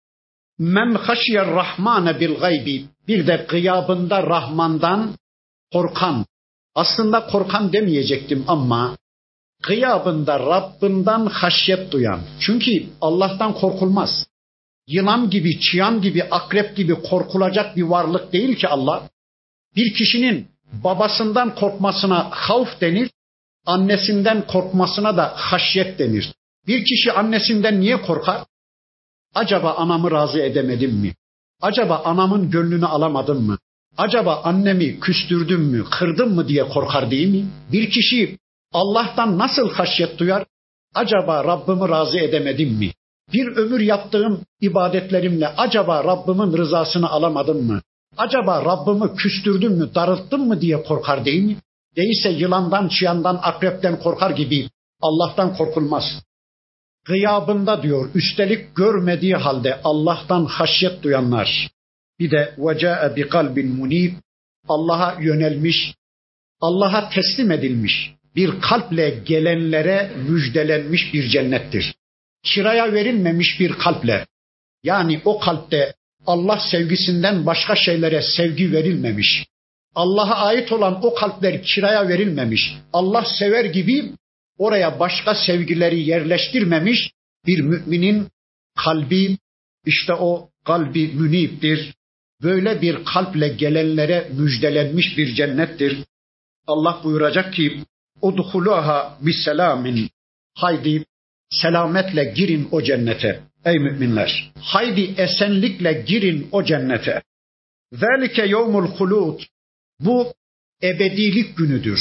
Men haşiyer rahmane bil gaybi. Bir de gıyabında Rahman'dan korkan. Aslında korkan demeyecektim ama gıyabında Rabbinden haşyet duyan. Çünkü Allah'tan korkulmaz. Yılan gibi, çıyan gibi, akrep gibi korkulacak bir varlık değil ki Allah. Bir kişinin babasından korkmasına havf denir, annesinden korkmasına da haşyet denir. Bir kişi annesinden niye korkar? Acaba anamı razı edemedim mi? Acaba anamın gönlünü alamadım mı? Acaba annemi küstürdüm mü, kırdım mı diye korkar değil mi? Bir kişi Allah'tan nasıl haşyet duyar? Acaba Rabbimi razı edemedim mi? Bir ömür yaptığım ibadetlerimle acaba Rabbimin rızasını alamadım mı? Acaba Rabbimi küstürdüm mü, darılttım mı diye korkar değil mi? Değilse yılandan, çıyandan, akrepten korkar gibi Allah'tan korkulmaz. Gıyabında diyor, üstelik görmediği halde Allah'tan haşyet duyanlar. Bir de وَجَاءَ بِقَلْبٍ مُنِيبٍ, Allah'a yönelmiş, Allah'a teslim edilmiş bir kalple gelenlere müjdelenmiş bir cennettir. Kiraya verilmemiş bir kalple, yani o kalpte Allah sevgisinden başka şeylere sevgi verilmemiş. Allah'a ait olan o kalpler kiraya verilmemiş. Allah sever gibi oraya başka sevgileri yerleştirmemiş bir müminin kalbi, işte o kalbi müniptir. Böyle bir kalple gelenlere müjdelenmiş bir cennettir. Allah buyuracak ki, udhuluha biselamin, haydi selametle girin o cennete. Ey müminler, haydi esenlikle girin o cennete. Zalike yevmul hulud, bu ebedilik günüdür.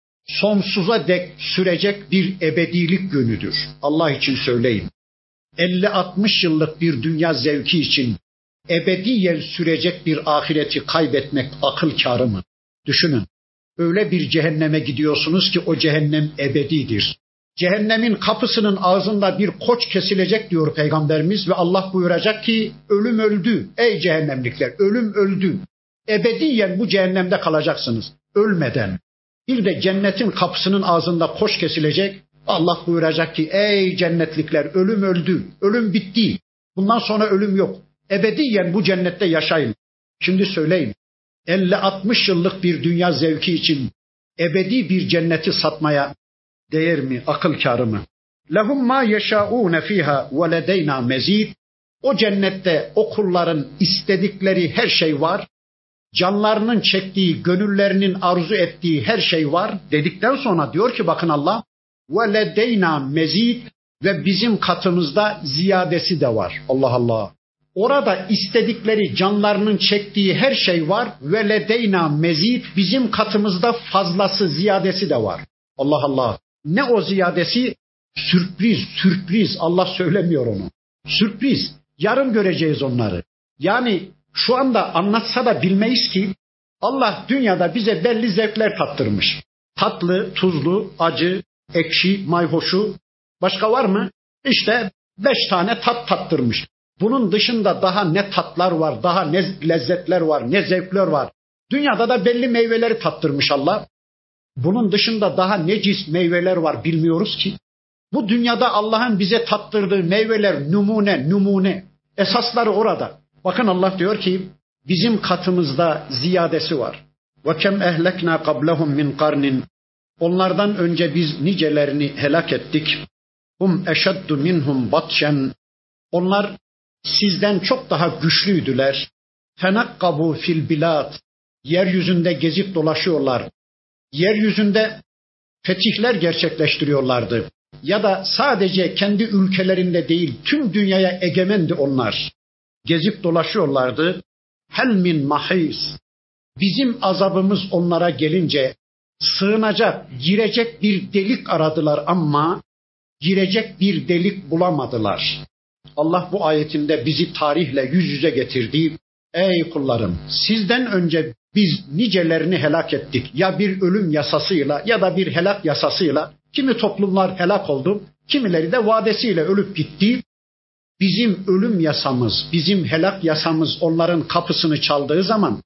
Sonsuza dek sürecek bir ebedilik günüdür. Allah için söyleyin. elli altmış yıllık bir dünya zevki için ebediyen sürecek bir ahireti kaybetmek akıl kârı mı? Düşünün. Öyle bir cehenneme gidiyorsunuz ki o cehennem ebedidir. Cehennemin kapısının ağzında bir koç kesilecek diyor Peygamberimiz ve Allah buyuracak ki ölüm öldü ey cehennemlikler, ölüm öldü. Ebediyen bu cehennemde kalacaksınız ölmeden. Bir de cennetin kapısının ağzında koç kesilecek. Allah buyuracak ki ey cennetlikler, ölüm öldü, ölüm bitti. Bundan sonra ölüm yok. Ebediyen bu cennette yaşayın. Şimdi söyleyin, elli altmış yıllık bir dünya zevki için ebedi bir cenneti satmaya değer mi, akıl kârı mı? Lehum ma yeşâûne fîhâ ve ledeyna mezîd. O cennette o kulların istedikleri her şey var. Canlarının çektiği, gönüllerinin arzu ettiği her şey var dedikten sonra diyor ki bakın Allah, ve ledeyna mezîd, ve bizim katımızda ziyadesi de var. Allah Allah. Orada istedikleri, canlarının çektiği her şey var ve ledeyna mezîd, bizim katımızda fazlası, ziyadesi de var. Allah Allah. Ne o ziyadesi? Sürpriz, sürpriz. Allah söylemiyor onu. Sürpriz. Yarın göreceğiz onları. Yani şu anda anlatsa da bilmeyiz ki Allah dünyada bize belli zevkler tattırmış. Tatlı, tuzlu, acı, ekşi, mayhoşu. Başka var mı? İşte beş tane tat tattırmış. Bunun dışında daha ne tatlar var, daha ne lezzetler var, ne zevkler var. Dünyada da belli meyveleri tattırmış Allah. Bunun dışında daha necis meyveler var bilmiyoruz ki. Bu dünyada Allah'ın bize tattırdığı meyveler numune, numune. Esasları orada. Bakın Allah diyor ki bizim katımızda ziyadesi var. وَكَمْ اَهْلَكْنَا قَبْلَهُمْ مِنْ قَرْنٍ. Onlardan önce biz nicelerini helak ettik. هُمْ اَشَدُّ مِنْهُمْ بَطْشًا. Onlar sizden çok daha güçlüydüler. فَنَقَّبُوا فِي الْبِلَادِ. Yeryüzünde gezip dolaşıyorlar. Yeryüzünde fetihler gerçekleştiriyorlardı. Ya da sadece kendi ülkelerinde değil, tüm dünyaya egemendi onlar. Gezip dolaşıyorlardı. Hel min mahis. Bizim azabımız onlara gelince sığınacak, girecek bir delik aradılar ama girecek bir delik bulamadılar. Allah bu ayetinde bizi tarihle yüz yüze getirdi. Ey kullarım, sizden önce biz nicelerini helak ettik. Ya bir ölüm yasasıyla ya da bir helak yasasıyla. Kimi toplumlar helak oldu, kimileri de vadesiyle ölüp gitti. Bizim ölüm yasamız, bizim helak yasamız onların kapısını çaldığı zaman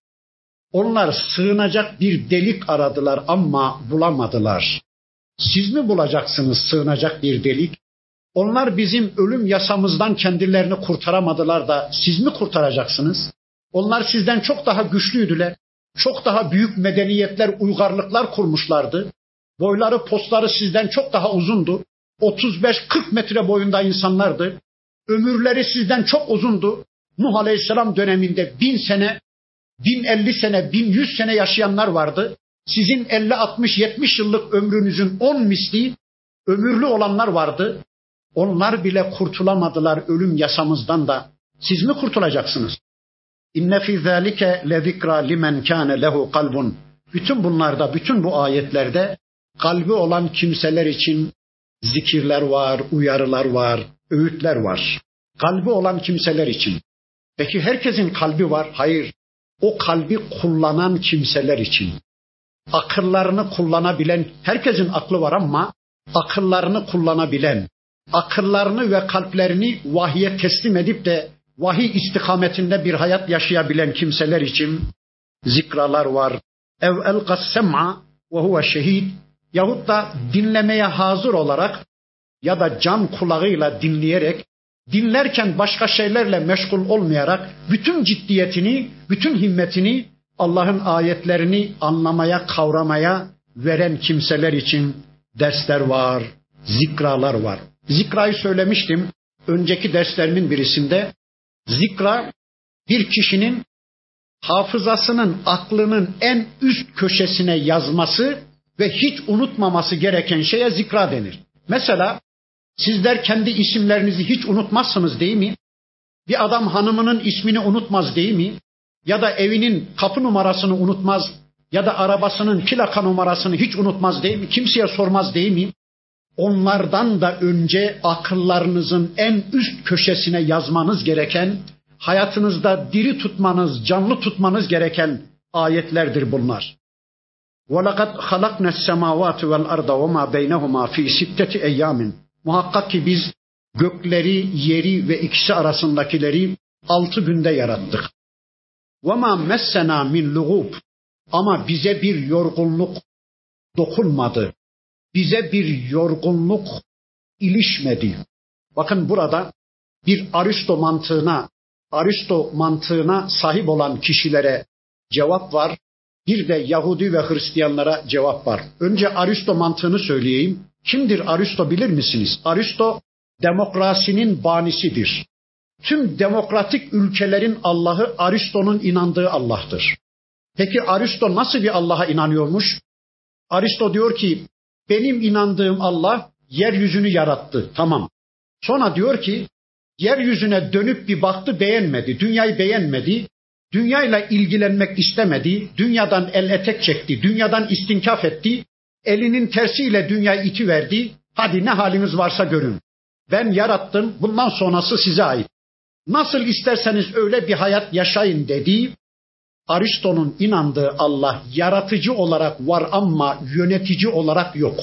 onlar sığınacak bir delik aradılar ama bulamadılar. Siz mi bulacaksınız sığınacak bir delik? Onlar bizim ölüm yasamızdan kendilerini kurtaramadılar da siz mi kurtaracaksınız? Onlar sizden çok daha güçlüydüler. Çok daha büyük medeniyetler, uygarlıklar kurmuşlardı. Boyları, postları sizden çok daha uzundu. otuz beş kırk metre boyunda insanlardı. Ömürleri sizden çok uzundu. Nuh Aleyhisselam döneminde bin sene, bin elli sene, bin yüz sene yaşayanlar vardı. Sizin elli altmış yetmiş yıllık ömrünüzün on misli ömürlü olanlar vardı. Onlar bile kurtulamadılar ölüm yasamızdan da. Siz mi kurtulacaksınız? İnne fî zâlike lezikra limen kâne lehu kalbun. Bütün bunlarda, bütün bu ayetlerde kalbi olan kimseler için zikirler var, uyarılar var, öğütler var. Kalbi olan kimseler için. Peki herkesin kalbi var? Hayır. O kalbi kullanan kimseler için. Akıllarını kullanabilen, herkesin aklı var ama akıllarını kullanabilen, akıllarını ve kalplerini vahye teslim edip de vahiy istikametinde bir hayat yaşayabilen kimseler için zikralar var. Ev elqas sem'a ve huve şehid, yahut da dinlemeye hazır olarak ya da can kulağıyla dinleyerek, dinlerken başka şeylerle meşgul olmayarak bütün ciddiyetini, bütün himmetini Allah'ın ayetlerini anlamaya, kavramaya veren kimseler için dersler var, zikralar var. Zikrayı söylemiştim önceki derslerimin birisinde. Zikra bir kişinin hafızasının, aklının en üst köşesine yazması ve hiç unutmaması gereken şeye zikra denir. Mesela sizler kendi isimlerinizi hiç unutmazsınız değil mi? Bir adam hanımının ismini unutmaz değil mi? Ya da evinin kapı numarasını unutmaz ya da arabasının plaka numarasını hiç unutmaz değil mi? Kimseye sormaz değil mi? Onlardan da önce akıllarınızın en üst köşesine yazmanız gereken, hayatınızda diri tutmanız, canlı tutmanız gereken ayetlerdir bunlar. وَلَقَدْ خَلَقْنَا السَّمَاوَاتِ وَالْأَرْضَ وَمَا بَيْنَهُمَا فِي سِتَّةِ اَيَّامٍ. Muhakkak ki biz gökleri, yeri ve ikisi arasındakileri altı günde yarattık. وَمَا مَسَّنَا مِنْ لُغُوبٍ. Ama bize bir yorgunluk dokunmadı. Bize bir yorgunluk ilişmedi. Bakın burada bir Aristo mantığına, Aristo mantığına sahip olan kişilere cevap var. Bir de Yahudi ve Hristiyanlara cevap var. Önce Aristo mantığını söyleyeyim. Kimdir Aristo bilir misiniz? Aristo demokrasinin banisidir. Tüm demokratik ülkelerin Allah'ı Aristo'nun inandığı Allah'tır. Peki Aristo nasıl bir Allah'a inanıyormuş? Aristo diyor ki benim inandığım Allah yeryüzünü yarattı. Tamam. Sonra diyor ki yeryüzüne dönüp bir baktı, beğenmedi. Dünyayı beğenmedi. Dünyayla ilgilenmek istemedi. Dünyadan el etek çekti. Dünyadan istinkaf etti. Elinin tersiyle dünyayı itiverdi. Hadi ne haliniz varsa görün. Ben yarattım. Bundan sonrası size ait. Nasıl isterseniz öyle bir hayat yaşayın dedi. Aristo'nun inandığı Allah yaratıcı olarak var ama yönetici olarak yok.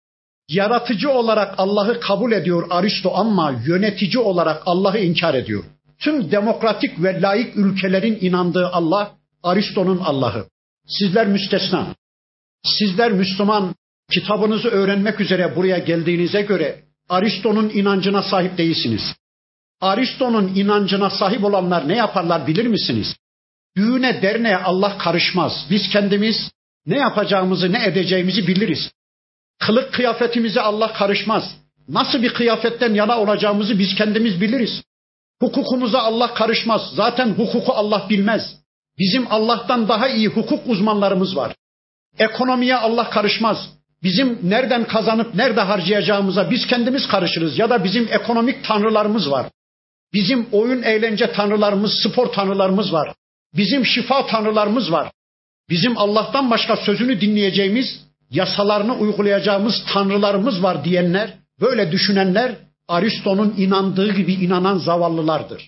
Yaratıcı olarak Allah'ı kabul ediyor Aristo ama yönetici olarak Allah'ı inkar ediyor. Tüm demokratik ve laik ülkelerin inandığı Allah Aristo'nun Allah'ı. Sizler müstesna. Sizler Müslüman kitabınızı öğrenmek üzere buraya geldiğinize göre Aristo'nun inancına sahip değilsiniz. Aristo'nun inancına sahip olanlar ne yaparlar bilir misiniz? Düğüne derneğe Allah karışmaz. Biz kendimiz ne yapacağımızı ne edeceğimizi biliriz. Kılık kıyafetimize Allah karışmaz. Nasıl bir kıyafetten yana olacağımızı biz kendimiz biliriz. Hukukumuza Allah karışmaz. Zaten hukuku Allah bilmez. Bizim Allah'tan daha iyi hukuk uzmanlarımız var. Ekonomiye Allah karışmaz. Bizim nereden kazanıp nerede harcayacağımıza biz kendimiz karışırız. Ya da bizim ekonomik tanrılarımız var. Bizim oyun eğlence tanrılarımız, spor tanrılarımız var. Bizim şifa tanrılarımız var. Bizim Allah'tan başka sözünü dinleyeceğimiz, yasalarını uygulayacağımız tanrılarımız var diyenler, böyle düşünenler Aristo'nun inandığı gibi inanan zavallılardır.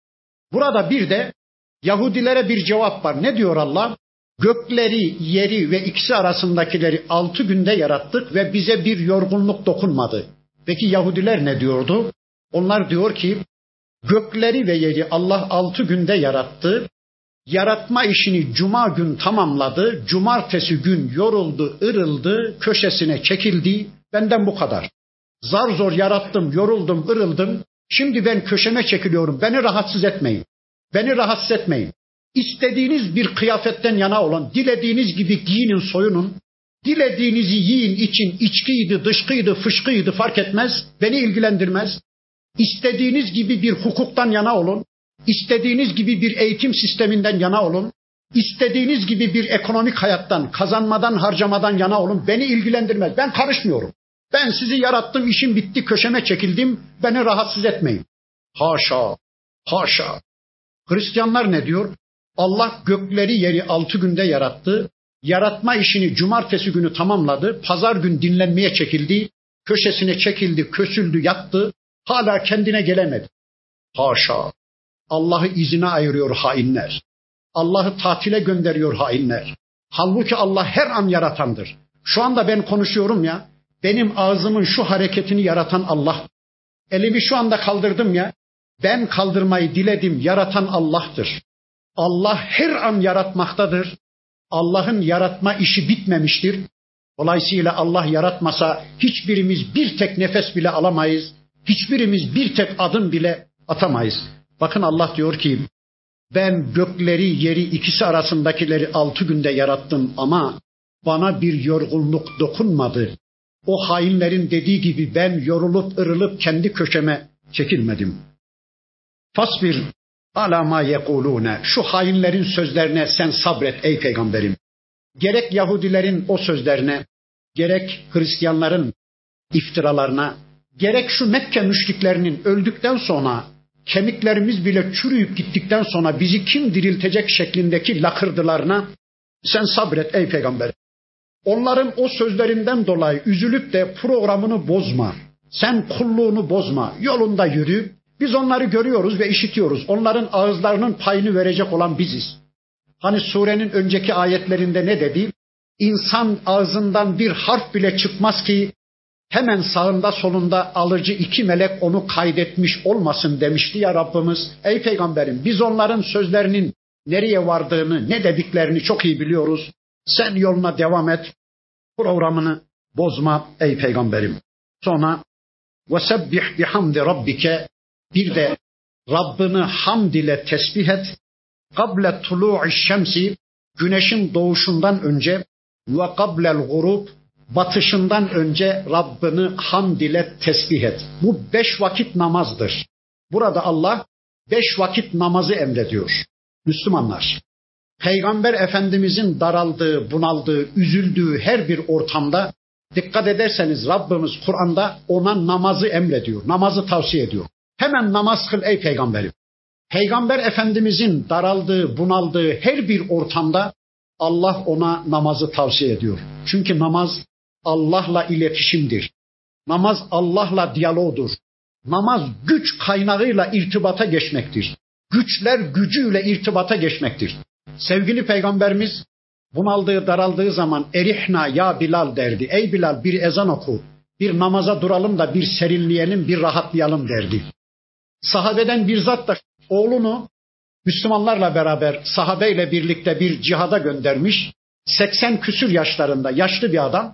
Burada bir de Yahudilere bir cevap var. Ne diyor Allah? Gökleri, yeri ve ikisi arasındakileri altı günde yarattık ve bize bir yorgunluk dokunmadı. Peki Yahudiler ne diyordu? Onlar diyor ki gökleri ve yeri Allah altı günde yarattı. Yaratma işini cuma gün tamamladı. Cumartesi gün yoruldu, ırıldı, köşesine çekildi. Benden bu kadar. Zar zor yarattım, yoruldum, ırıldım. Şimdi ben köşeme çekiliyorum. Beni rahatsız etmeyin. Beni rahatsız etmeyin. İstediğiniz bir kıyafetten yana olun. Dilediğiniz gibi giyinin, soyunun. Dilediğinizi yiyin, için içkiydi, dışkıydı, fışkıydı fark etmez. Beni ilgilendirmez. İstediğiniz gibi bir hukuktan yana olun. İstediğiniz gibi bir eğitim sisteminden yana olun. İstediğiniz gibi bir ekonomik hayattan, kazanmadan, harcamadan yana olun. Beni ilgilendirmez. Ben karışmıyorum. Ben sizi yarattım, işim bitti, köşeme çekildim, beni rahatsız etmeyin. Haşa, haşa. Hristiyanlar ne diyor? Allah gökleri yeri altı günde yarattı. Yaratma işini cumartesi günü tamamladı. Pazar gün dinlenmeye çekildi. Köşesine çekildi, kösüldü, yattı. Hala kendine gelemedi. Haşa. Allah'ı izine ayırıyor hainler. Allah'ı tatile gönderiyor hainler. Halbuki Allah her an yaratandır. Şu anda ben konuşuyorum ya, benim ağzımın şu hareketini yaratan Allah. Elimi şu anda kaldırdım ya, ben kaldırmayı diledim, yaratan Allah'tır. Allah her an yaratmaktadır. Allah'ın yaratma işi bitmemiştir. Dolayısıyla Allah yaratmasa hiçbirimiz bir tek nefes bile alamayız. Hiçbirimiz bir tek adım bile atamayız. Bakın Allah diyor ki, ben gökleri yeri ikisi arasındakileri altı günde yarattım ama bana bir yorgunluk dokunmadı. O hainlerin dediği gibi ben yorulup ırılıp kendi köşeme çekilmedim. Fasbir ala ma yekulune. Şu hainlerin sözlerine sen sabret ey peygamberim. Gerek Yahudilerin o sözlerine, gerek Hristiyanların iftiralarına, gerek şu Mekke müşriklerinin öldükten sonra, kemiklerimiz bile çürüyüp gittikten sonra bizi kim diriltecek şeklindeki lakırdılarına sen sabret ey peygamber. Onların o sözlerinden dolayı üzülüp de programını bozma. Sen kulluğunu bozma. Yolunda yürü. Biz onları görüyoruz ve işitiyoruz. Onların ağızlarının payını verecek olan biziz. Hani surenin önceki ayetlerinde ne dedi? İnsan ağzından bir harf bile çıkmaz ki hemen sağında solunda alıcı iki melek onu kaydetmiş olmasın demişti ya Rabbimiz. Ey peygamberim, biz onların sözlerinin nereye vardığını, ne dediklerini çok iyi biliyoruz. Sen yoluna devam et. Programını bozma ey peygamberim. Sonra وَسَبِّحْ بِحَمْدِ رَبِّكَ. Bir de Rabbini hamd ile tesbih et. قَبْلَ طُلُوعِ الشَّمْسِ. Güneşin doğuşundan önce ve قَبْلَ الْغُرُوبِ. Batışından önce Rabbini hamd ile tesbih et. Bu beş vakit namazdır. Burada Allah beş vakit namazı emrediyor. Müslümanlar, Peygamber Efendimizin daraldığı, bunaldığı, üzüldüğü her bir ortamda dikkat ederseniz Rabbimiz Kur'an'da ona namazı emrediyor, namazı tavsiye ediyor. Hemen namaz kıl ey peygamberim. Peygamber Efendimizin daraldığı, bunaldığı her bir ortamda Allah ona namazı tavsiye ediyor. Çünkü namaz Allah'la iletişimdir. Namaz Allah'la diyalogdur. Namaz güç kaynağıyla irtibata geçmektir. Güçler gücüyle irtibata geçmektir. Sevgili Peygamberimiz bunaldığı, daraldığı zaman erihna ya Bilal derdi. Ey Bilal, bir ezan oku, bir namaza duralım da bir serinleyelim, bir rahatlayalım derdi. Sahabeden bir zat da oğlunu Müslümanlarla beraber sahabeyle birlikte bir cihada göndermiş. seksen küsür yaşlarında yaşlı bir adam.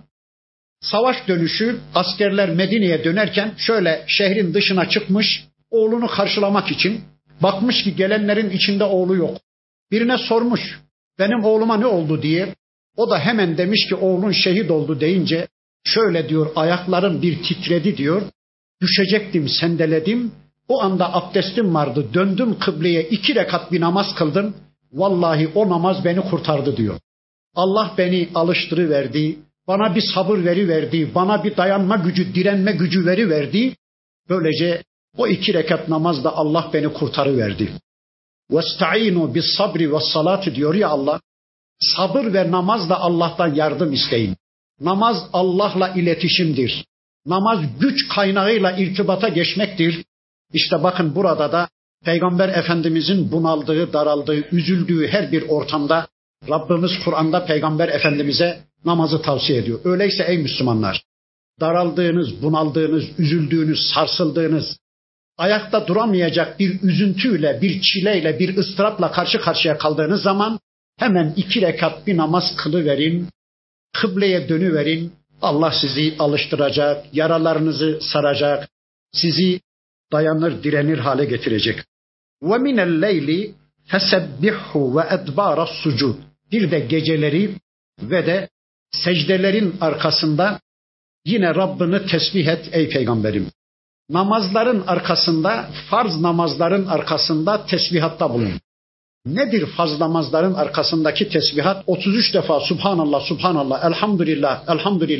Savaş dönüşü askerler Medine'ye dönerken şöyle şehrin dışına çıkmış, oğlunu karşılamak için. Bakmış ki gelenlerin içinde oğlu yok. Birine sormuş, benim oğluma ne oldu diye. O da hemen demiş ki oğlun şehit oldu deyince şöyle diyor, ayaklarım bir titredi diyor. Düşecektim, sendeledim. O anda abdestim vardı, döndüm kıbleye, iki rekat bir namaz kıldım. Vallahi o namaz beni kurtardı diyor. Allah beni alıştırıverdi, bana bir sabır veriverdi, bana bir dayanma gücü, direnme gücü veriverdi. Böylece o iki rekat namazda Allah beni kurtarıverdi. وَاسْتَعِينُوا بِالصَّبْرِ وَالصَّلَاتِ diyor ya Allah. Sabır ve namazla Allah'tan yardım isteyin. Namaz Allah'la iletişimdir. Namaz güç kaynağıyla irtibata geçmektir. İşte bakın burada da Peygamber Efendimizin bunaldığı, daraldığı, üzüldüğü her bir ortamda Rabbimiz Kur'an'da Peygamber Efendimiz'e namazı tavsiye ediyor. Öyleyse ey Müslümanlar, daraldığınız, bunaldığınız, üzüldüğünüz, sarsıldığınız, ayakta duramayacak bir üzüntüyle, bir çileyle, bir ıstırapla karşı karşıya kaldığınız zaman hemen iki rekat bir namaz kılıverin, kıbleye dönüverin. Allah sizi alıştıracak, yaralarınızı saracak, sizi dayanır, direnir hale getirecek. وَمِنَ اللَّيْلِ فَسَبِّحُّ وَاَدْبَارَ السُّجُودِ. Bir de geceleri ve de secdelerin arkasında yine Rabbini tesbih et ey peygamberim. Namazların arkasında, farz namazların arkasında tesbihatta bulun. Nedir farz namazların arkasındaki tesbihat? otuz üç defa Subhanallah, Subhanallah, Elhamdülillah, Elhamdülillah,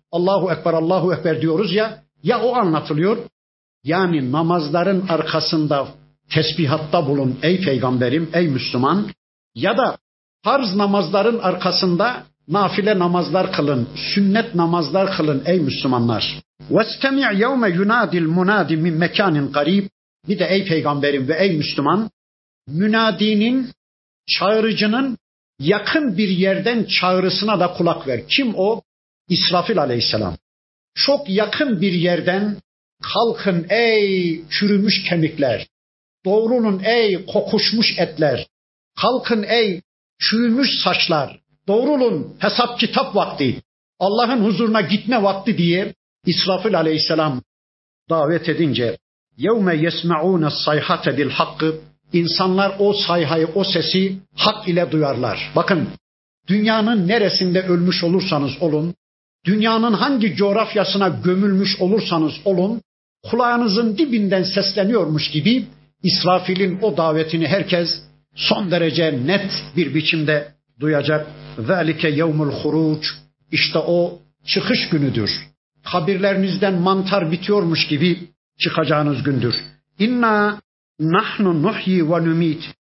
Allahu Ekber, Allahu Ekber diyoruz ya, ya o anlatılıyor. Yani namazların arkasında tesbihatta bulun ey peygamberim, ey Müslüman. Ya da farz namazların arkasında nafile namazlar kılın, sünnet namazlar kılın ey Müslümanlar. وَاسْتَمِعْ يَوْمَ يُنَادِ الْمُنَادِ مِنْ مَكَانٍ قَرِيبٍ. Bir de ey peygamberim ve ey Müslüman, münadinin, çağırıcının yakın bir yerden çağrısına da kulak ver. Kim o? İsrafil aleyhisselam. Çok yakın bir yerden kalkın ey çürümüş kemikler, doğrulun ey kokuşmuş etler, kalkın ey çürümüş saçlar, doğrulun hesap kitap vakti, Allah'ın huzuruna gitme vakti diye İsrafil aleyhisselam davet edince يَوْمَ يَسْمَعُونَ الصَّيْحَةَ بِالْحَقِّ. İnsanlar o sayhayı, o sesi hak ile duyarlar. Bakın, dünyanın neresinde ölmüş olursanız olun, dünyanın hangi coğrafyasına gömülmüş olursanız olun, kulağınızın dibinden sesleniyormuş gibi İsrafil'in o davetini herkes son derece net bir biçimde duyacak. ذَٰلِكَ يَوْمُ الْخُرُوجِ. İşte o çıkış günüdür. Kabirlerinizden mantar bitiyormuş gibi çıkacağınız gündür. İnna nahnu nuhyi ve numit.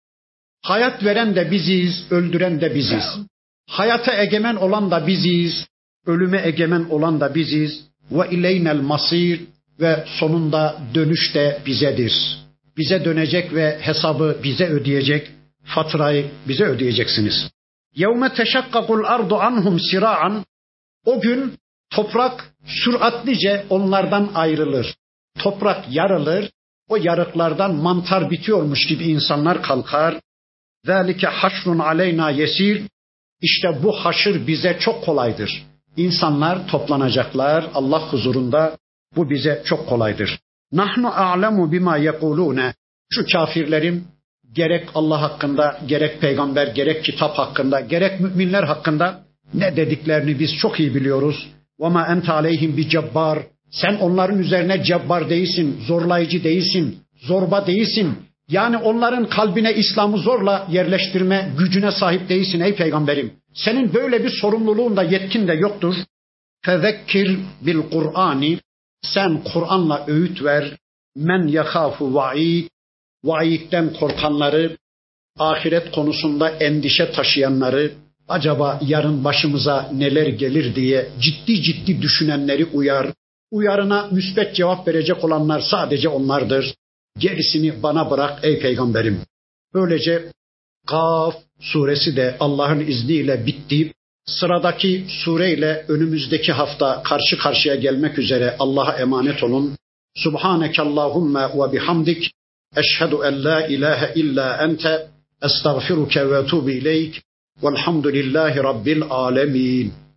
Hayat veren de biziz, öldüren de biziz. Hayata egemen olan da biziz, ölüme egemen olan da biziz. Ve ileynel masir. Ve sonunda dönüş de bizedir. Bize dönecek ve hesabı bize ödeyecek, faturayı bize ödeyeceksiniz. Yevme teşakkakul ardu anhum sira'an. O gün toprak süratlice onlardan ayrılır. Toprak yarılır, o yarıklardan mantar bitiyormuş gibi insanlar kalkar. ذَٰلِكَ haşrun aleyna yesir. İşte bu haşır bize çok kolaydır. İnsanlar toplanacaklar Allah huzurunda, bu bize çok kolaydır. Nahnu a'lemu bima yekulune. Şu kafirlerin gerek Allah hakkında, gerek peygamber, gerek kitap hakkında, gerek müminler hakkında ne dediklerini biz çok iyi biliyoruz. وَمَا اَنْتَ عَلَيْهِمْ بِجَبَّارٍ. Sen onların üzerine cebbar değilsin, zorlayıcı değilsin, zorba değilsin. Yani onların kalbine İslam'ı zorla yerleştirme gücüne sahip değilsin ey peygamberim. Senin böyle bir sorumluluğun da yetkin de yoktur. فَذَكِّرْ بِالْقُرْآنِ. Sen Kur'an'la öğüt ver. Men yakhafu vaid. Vaidden korkanları, ahiret konusunda endişe taşıyanları, acaba yarın başımıza neler gelir diye ciddi ciddi düşünenleri uyar. Uyarına müsbet cevap verecek olanlar sadece onlardır. Gerisini bana bırak ey peygamberim. Böylece Kaf suresi de Allah'ın izniyle bitti. Sıradaki sureyle önümüzdeki hafta karşı karşıya gelmek üzere Allah'a emanet olun. Subhaneke Allahümme ve bihamdik. Eşhedü en la ilahe illa ente. Estağfiruke ve etubu ileyk. Velhamdülillahi Rabbil alemin.